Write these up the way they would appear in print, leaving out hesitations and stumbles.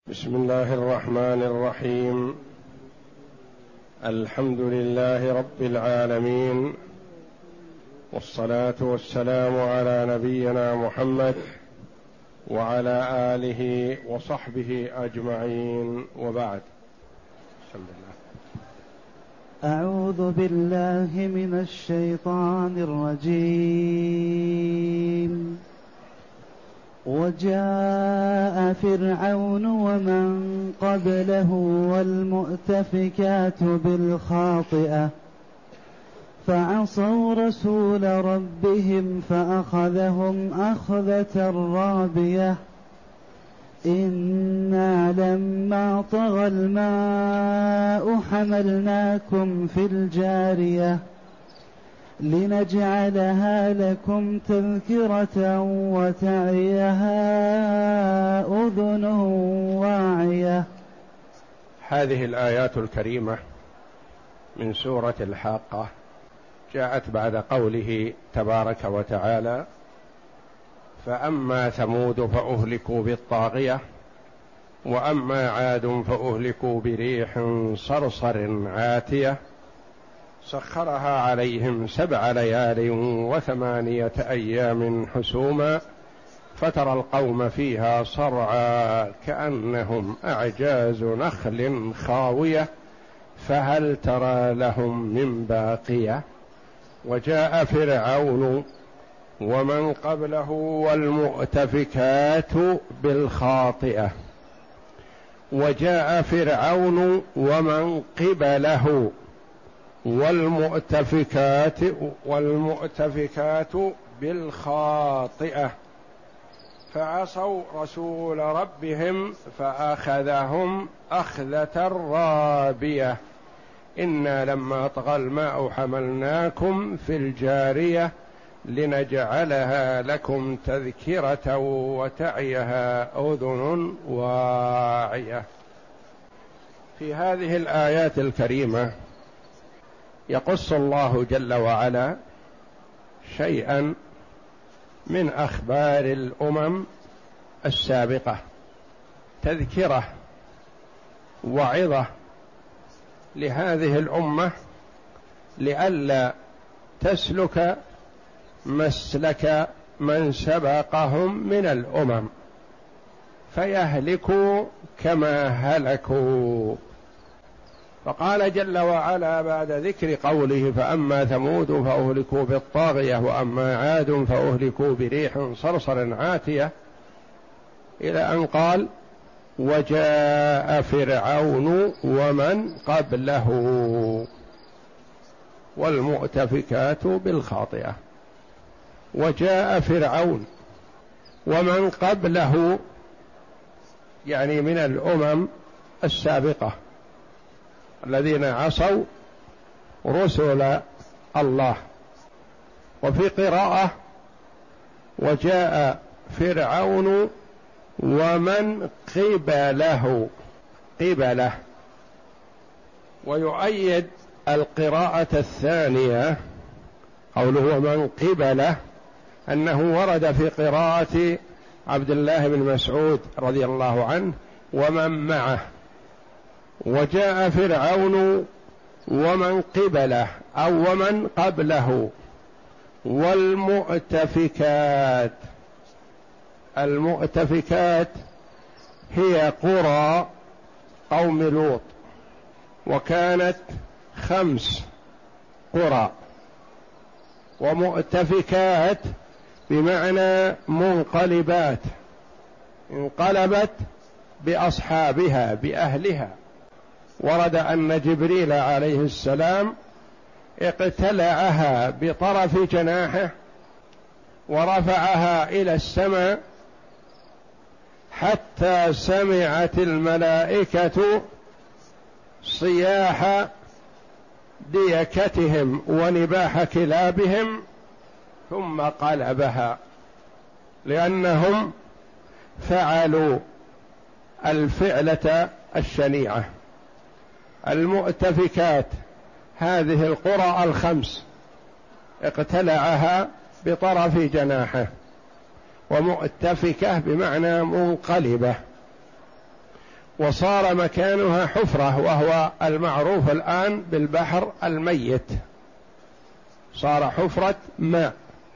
بسم الله الرحمن الرحيم. الحمد لله رب العالمين، والصلاة والسلام على نبينا محمد وعلى آله وصحبه أجمعين، وبعد. بسم الله. أعوذ بالله من الشيطان الرجيم. وجاء فرعون ومن قبله والمؤتفكات بالخاطئة فعصوا رسول ربهم فأخذهم أخذة رابية إنا لما طغى الماء حملناكم في الجارية لنجعلها لكم تذكرة وتعيها أذن واعية. هذه الآيات الكريمة من سورة الحاقة جاءت بعد قوله تبارك وتعالى: فأما ثمود فأهلكوا بالطاغية وأما عاد فأهلكوا بريح صرصر عاتية سخرها عليهم 7 ليال و8 أيام حسوما فترى القوم فيها صرعى كأنهم أعجاز نخل خاوية فهل ترى لهم من باقية. وجاء فرعون ومن قبله والمؤتفكات بالخاطئة. وجاء فرعون ومن قبله والمؤتفكات بالخاطئة فعصوا رسول ربهم فأخذهم أخذة رابية إنا لما طغى الماء حملناكم في الجارية لنجعلها لكم تذكرة وتعيها أذن واعية. في هذه الآيات الكريمة يقص الله جل وعلا شيئا من أخبار الأمم السابقة، تذكرة وعظة لهذه الأمة لئلا تسلك مسلك من سبقهم من الأمم فيهلكوا كما هلكوا. فقال جل وعلا بعد ذكر قوله: فأما ثمود فأهلكوا بالطاغية وأما عاد فأهلكوا بريح صرصر عاتية، إلى أن قال: وجاء فرعون ومن قبله والمؤتفكات بالخاطئة. وجاء فرعون ومن قبله يعني من الأمم السابقة الذين عصوا رسل الله. وفي قراءة: وجاء فرعون ومن قبله. ويؤيد القراءة الثانية قوله ومن قبله أنه ورد في قراءة عبد الله بن مسعود رضي الله عنه ومن معه. وجاء فرعون ومن قبله أو ومن قبله والمؤتفكات. المؤتفكات هي قرى قوم لوط، وكانت 5 قرى. ومؤتفكات بمعنى منقلبات، انقلبت بأصحابها بأهلها. ورد أن جبريل عليه السلام اقتلعها بطرف جناحه ورفعها إلى السماء حتى سمعت الملائكة صياح ديكتهم ونباح كلابهم ثم قلبها، لأنهم فعلوا الفعلة الشنيعة. المؤتفكات هذه القرى 5 اقتلعها بطرف جناحه، ومؤتفكة بمعنى منقلبة. وصار مكانها حفرة، وهو المعروف الآن بالبحر الميت، صار حفرة ماء.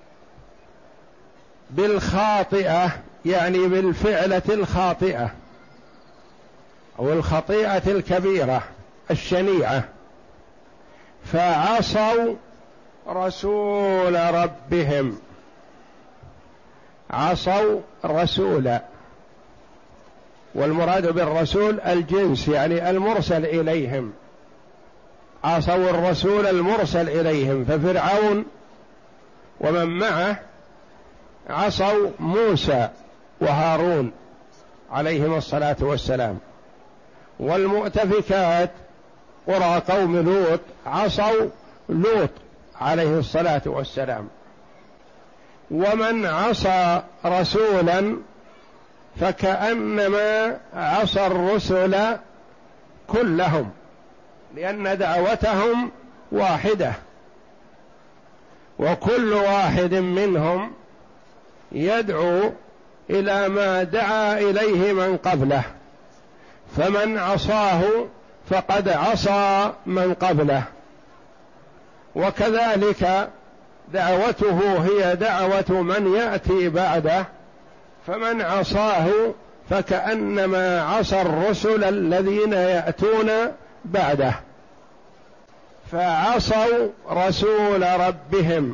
بالخاطئة يعني بالفعلة الخاطئة أو الخطيئة الكبيرة الشنيعة، فعصوا رسول ربهم. عصوا رسولا، والمراد بالرسول الجنس يعني المرسل إليهم، عصوا الرسول المرسل إليهم. ففرعون ومن معه عصوا موسى وهارون عليهم الصلاة والسلام، والمؤتفكات قرى قوم لوط عصوا لوط عليه الصلاة والسلام. ومن عصى رسولا فكأنما عصى الرسل كلهم، لأن دعوتهم واحدة، وكل واحد منهم يدعو إلى ما دعا إليه من قبله، فمن عصاه فقد عصى من قبله. وكذلك دعوته هي دعوة من يأتي بعده، فمن عصاه فكأنما عصى الرسل الذين يأتون بعده. فعصوا رسول ربهم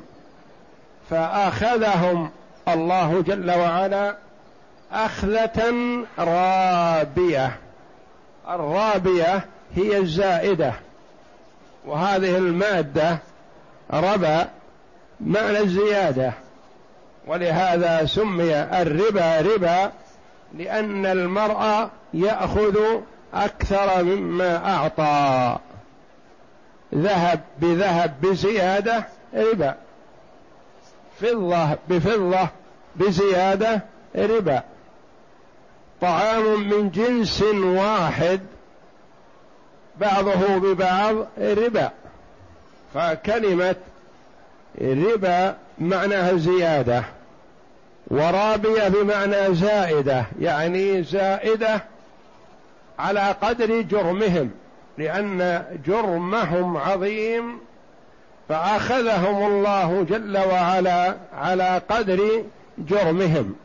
فأخذهم الله جل وعلا أخذة رابية. الرابية هي الزائدة، وهذه المادة ربا معنى الزيادة، ولهذا سمي الربا ربا، لأن المرء يأخذ أكثر مما أعطى. ذهب بذهب بزيادة ربا، فضة بفضة بزيادة ربا، طعام من جنس واحد بعضه ببعض ربا. فكلمة ربا معناها زيادة، ورابية بمعنى زائدة، يعني زائدة على قدر جرمهم، لأن جرمهم عظيم فأخذهم الله جل وعلا على قدر جرمهم،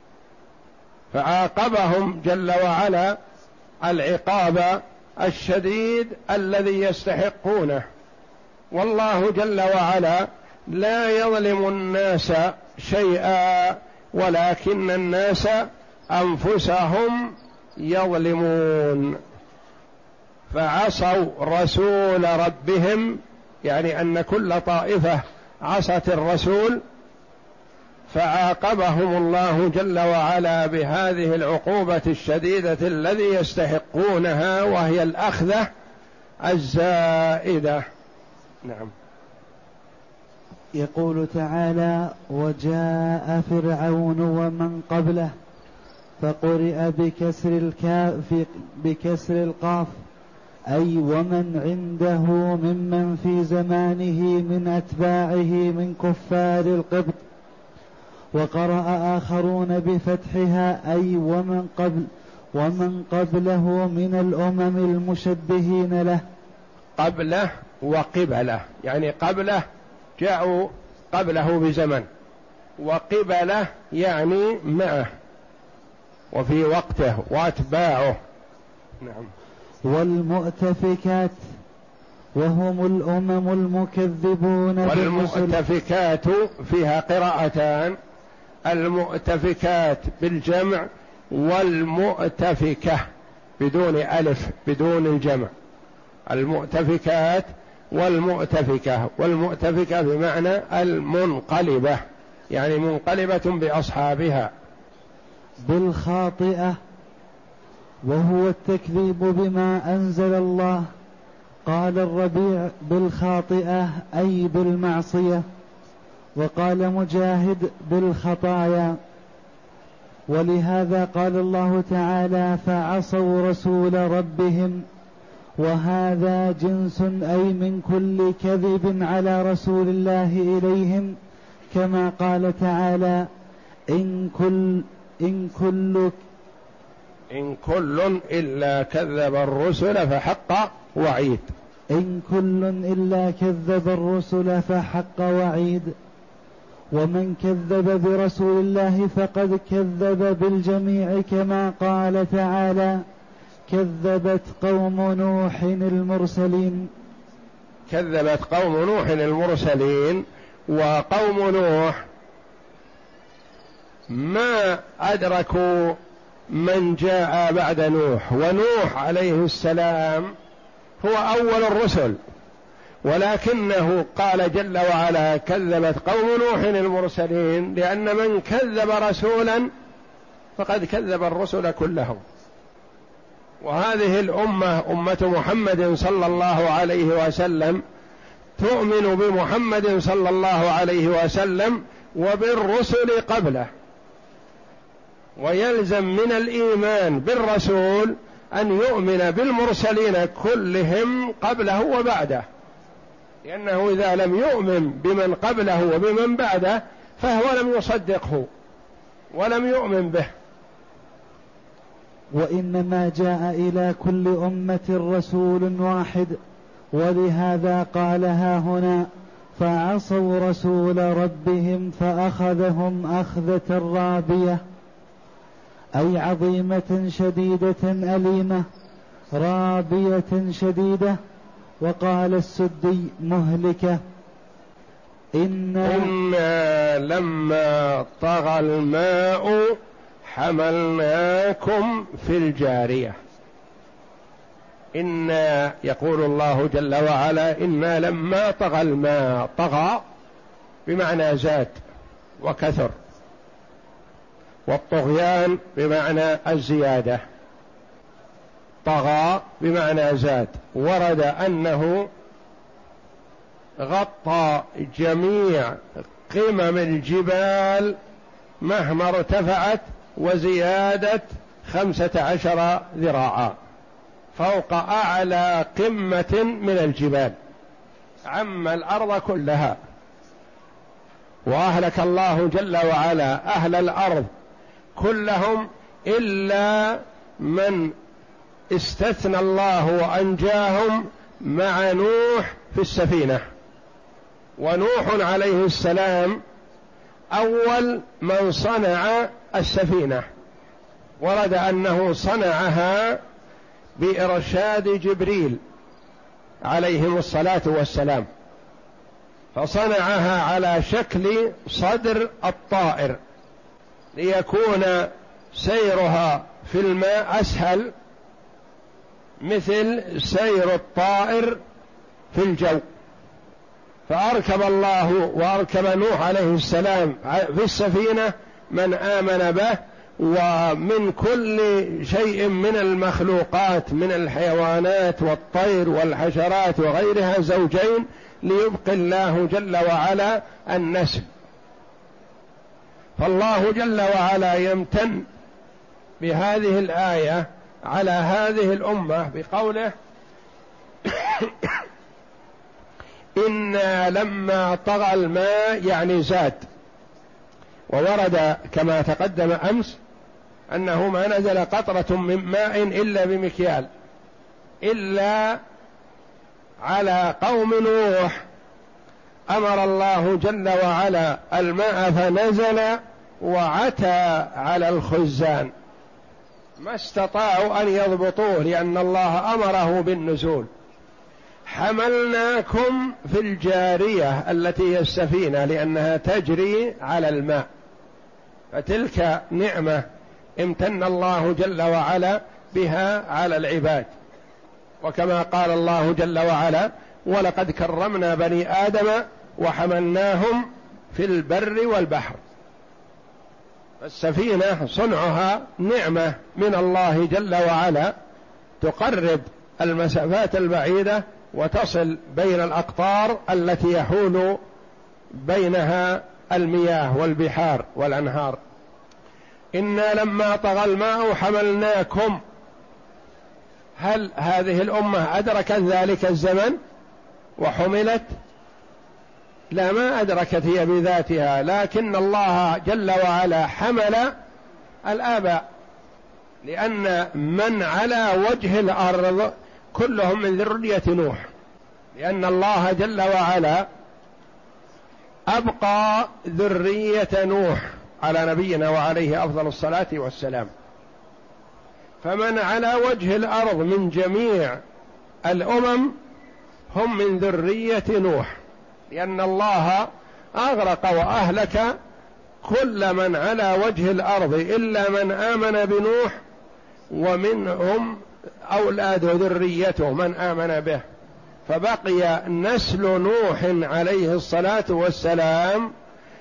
فعاقبهم جل وعلا العقاب الشديد الذي يستحقونه. والله جل وعلا لا يظلم الناس شيئا، ولكن الناس أنفسهم يظلمون. فعصوا رسول ربهم، يعني أن كل طائفة عصت الرسول، فعاقبهم الله جل وعلا بهذه العقوبة الشديدة الذي يستحقونها، وهي الأخذة الزائدة. نعم. يقول تعالى: وجاء فرعون ومن قبله، فقرئ بكسر القاف، أي ومن عنده ممن في زمانه من أتباعه من كفار القبط. وقرأ آخرون بفتحها، أي ومن قبله من الأمم المشبهين له. قبله وقبله، يعني قبله جاءوا قبله بزمن، وقبله يعني معه وفي وقته وأتباعه. نعم. والمؤتفكات وهم الأمم المكذبون. والمؤتفكات فيها قراءتان، المؤتفكات بالجمع، والمؤتفكة بدون ألف بدون الجمع. المؤتفكات والمؤتفكة، والمؤتفكة بمعنى المنقلبة، يعني منقلبة بأصحابها. بالخاطئة وهو التكذيب بما أنزل الله. قال الربيع: بالخاطئة أي بالمعصية. وقال مجاهد: بالخطايا. ولهذا قال الله تعالى: فعصوا رسول ربهم، وهذا جنس أي من كل كذب على رسول الله إليهم، كما قال تعالى: إن كل إن كل إلا كذب الرسل فحق وعيد. إن كل إلا كذب الرسل فحق وعيد. ومن كذب برسول الله فقد كذب بالجميع، كما قال تعالى: كذبت قوم نوح المرسلين. كذبت قوم نوح المرسلين. وقوم نوح ما أدركوا من جاء بعد نوح، ونوح عليه السلام هو أول الرسل، ولكنه قال جل وعلا: كذبت قوم نوح المرسلين، لأن من كذب رسولا فقد كذب الرسل كلهم. وهذه الأمة أمة محمد صلى الله عليه وسلم تؤمن بمحمد صلى الله عليه وسلم وبالرسل قبله، ويلزم من الإيمان بالرسول أن يؤمن بالمرسلين كلهم قبله وبعده، لأنه إذا لم يؤمن بمن قبله وبمن بعده فهو لم يصدقه ولم يؤمن به. وإنما جاء إلى كل أمة رسول واحد، ولهذا قالها هنا: فعصوا رسول ربهم فأخذهم أخذة رابية، أي عظيمة شديدة أليمة، رابية شديدة. وقال السدي: مهلكة. إنا لما طغى الماء حملناكم في الجارية. إنا، يقول الله جل وعلا: إنا لما طغى الماء. طغى بمعنى زاد وكثر، والطغيان بمعنى الزيادة. طغى بمعنى زاد. ورد أنه غطى جميع قمم الجبال مهما ارتفعت وزيادة 15 ذراعا فوق أعلى قمة من الجبال، عم الأرض كلها. وأهلك الله جل وعلا أهل الأرض كلهم إلا من استثنى الله وأنجاهم مع نوح في السفينة. ونوح عليه السلام أول من صنع السفينة، ورد أنه صنعها بإرشاد جبريل عليهم الصلاة والسلام، فصنعها على شكل صدر الطائر ليكون سيرها في الماء أسهل مثل سير الطائر في الجو. فأركب الله وأركب نوح عليه السلام في السفينة من آمن به، ومن كل شيء من المخلوقات من الحيوانات والطير والحشرات وغيرها زوجين، ليبقي الله جل وعلا النسل. فالله جل وعلا يمتن بهذه الآية على هذه الأمة بقوله: إنا لما طغى الماء، يعني زاد. وورد كما تقدم أمس أنه ما نزل قطرة من ماء إلا بمكيال، إلا على قوم نوح أمر الله جل وعلا الماء فنزل وعتى على الخزان، ما استطاعوا أن يضبطوه لأن الله أمره بالنزول. حملناكم في الجارية التي هي السفينة لأنها تجري على الماء، فتلك نعمة امتن الله جل وعلا بها على العباد. وكما قال الله جل وعلا: ولقد كرمنا بني آدم وحملناهم في البر والبحر. السفينة صنعها نعمة من الله جل وعلا، تقرب المسافات البعيدة وتصل بين الأقطار التي يحول بينها المياه والبحار والأنهار. إنا لما طغى الماء حملناكم. هل هذه الأمة أدركت ذلك الزمن وحملت؟ لا، ما أدركت هي بذاتها، لكن الله جل وعلا حمل الآباء لأن من على وجه الأرض كلهم من ذرية نوح، لأن الله جل وعلا أبقى ذرية نوح على نبينا وعليه أفضل الصلاة والسلام. فمن على وجه الأرض من جميع الأمم هم من ذرية نوح، لأن الله أغرق وأهلك كل من على وجه الأرض إلا من آمن بنوح، ومنهم أولاد ذريته من آمن به، فبقي نسل نوح عليه الصلاة والسلام.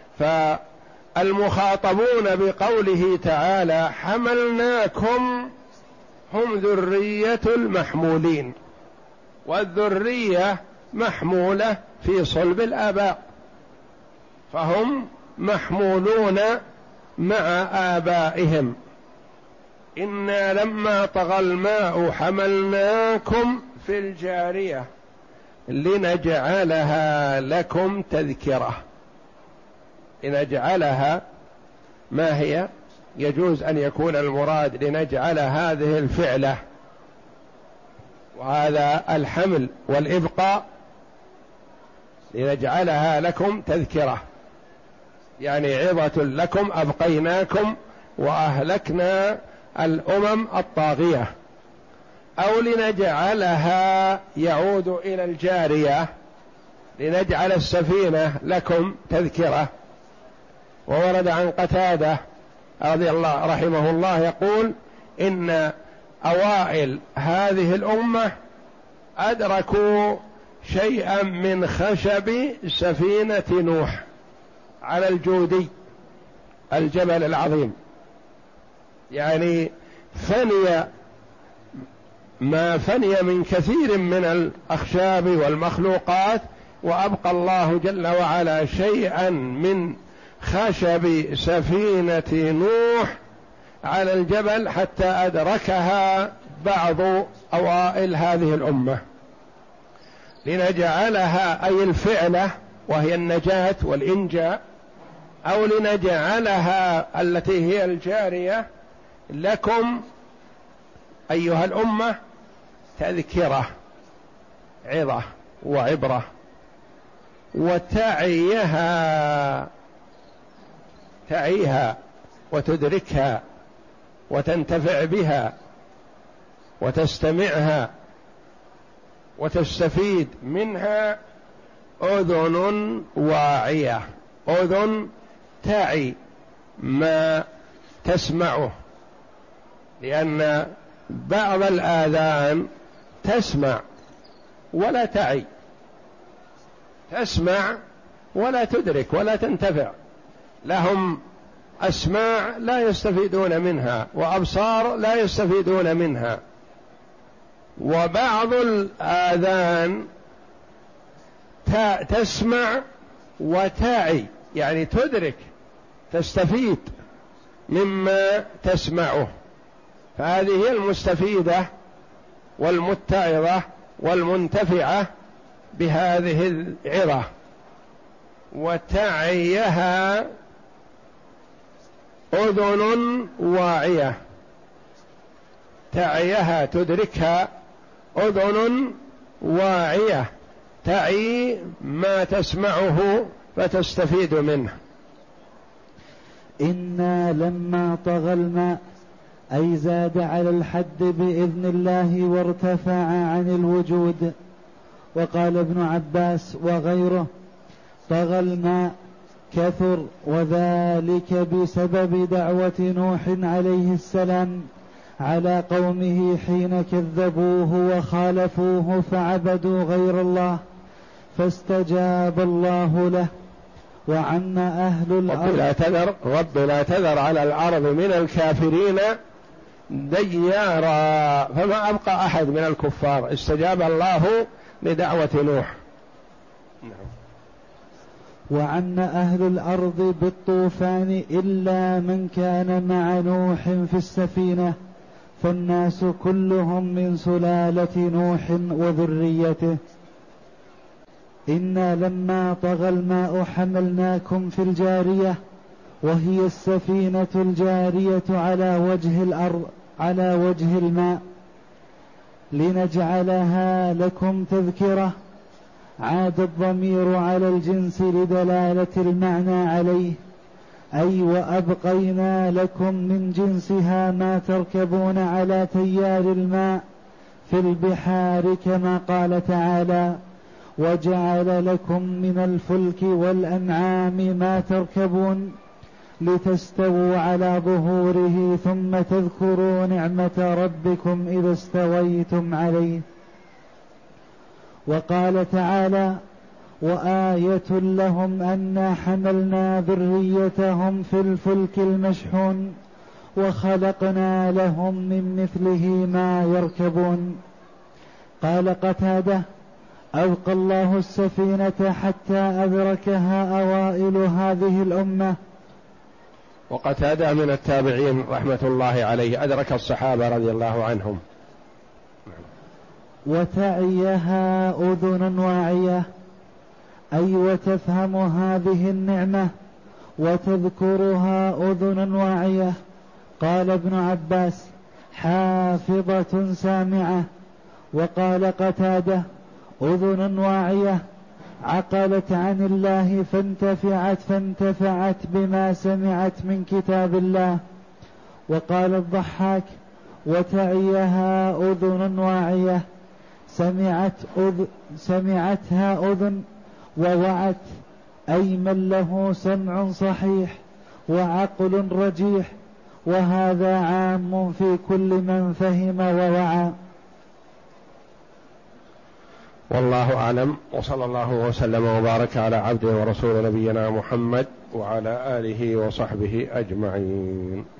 فالمخاطبون بقوله تعالى حملناكم هم ذرية المحمولين، والذرية محمولة في صلب الآباء، فهم محمولون مع آبائهم. إنا لما طغى الماء حملناكم في الجارية لنجعلها لكم تذكرة. لنجعلها ما هي؟ يجوز أن يكون المراد لنجعل هذه الفعلة وهذا الحمل والإبقاء لنجعلها لكم تذكرة، يعني عظة لكم، أبقيناكم وأهلكنا الأمم الطاغية. أو لنجعلها يعود إلى الجارية، لنجعل السفينة لكم تذكرة. وورد عن قتادة رضي الله رحمه الله يقول إن أوائل هذه الأمة أدركوا شيئا من خشب سفينة نوح على الجودي الجبل العظيم، يعني فني ما فني من كثير من الأخشاب والمخلوقات، وأبقى الله جل وعلا شيئا من خشب سفينة نوح على الجبل حتى أدركها بعض أوائل هذه الأمة. لنجعلها أي الفعلة وهي النجاة والإنجاء، أو لنجعلها التي هي الجارية لكم أيها الأمة تذكرة، عظة وعبرة، وتعيها وتدركها وتنتفع بها وتستمعها وتستفيد منها أذن واعية، أذن تعي ما تسمعه، لأن بعض الآذان تسمع ولا تعي، تسمع ولا تدرك ولا تنتفع، لهم أسماع لا يستفيدون منها وأبصار لا يستفيدون منها. وبعض الآذان تسمع وتعي، يعني تدرك تستفيد مما تسمعه، فهذه هي المستفيدة والمتعظة والمنتفعة بهذه العظة. وتعيها أذن واعية، تعيها تدركها أذن واعية، تعي ما تسمعه فتستفيد منه. إنا لما طغى الماء أي زاد على الحد بإذن الله وارتفع عن الوجود. وقال ابن عباس وغيره طغى الماء كثر، وذلك بسبب دعوة نوح عليه السلام على قومه حين كذبوه وخالفوه فعبدوا غير الله فاستجاب الله له. وعم أهل الأرض رب لا تذر على الأرض من الكافرين ديارا، فما أبقى أحد من الكفار، استجاب الله لدعوة نوح. وعم أهل الأرض بالطوفان إلا من كان مع نوح في السفينة، فالناس كلهم من سلالة نوح وذريته. إنا لما طغى الماء حملناكم في الجارية، وهي السفينة الجارية على وجه الأرض على وجه الماء لنجعلها لكم تذكرة. عاد الضمير على الجنس لدلالة المعنى عليه، أي وأبقينا لكم من جنسها ما تركبون على تيار الماء في البحار، كما قال تعالى: وجعل لكم من الفلك والأنعام ما تركبون لتستووا على ظهوره ثم تذكروا نعمة ربكم إذا استويتم عليه. وقال تعالى: وآية لهم أنا حملنا ذريتهم في الفلك المشحون وخلقنا لهم من مثله ما يركبون. قال قتادة: أبقى الله السفينة حتى أدركها أوائل هذه الأمة. وقتادة من التابعين رحمة الله عليه، أدرك الصحابة رضي الله عنهم. وتعيها أذن واعية، أي وتفهم هذه النعمة وتذكرها أذن واعية. قال ابن عباس: حافظة سامعة. وقال قتادة: أذن واعية عقلت عن الله فانتفعت بما سمعت من كتاب الله. وقال الضحاك: وتعيها أذن واعية سمعتها أذن ووعت، أي من له سمع صحيح وعقل رجيح، وهذا عام في كل من فهم ووعى. والله أعلم، وصلى الله وسلم وبارك على عبده ورسول نبينا محمد وعلى آله وصحبه أجمعين.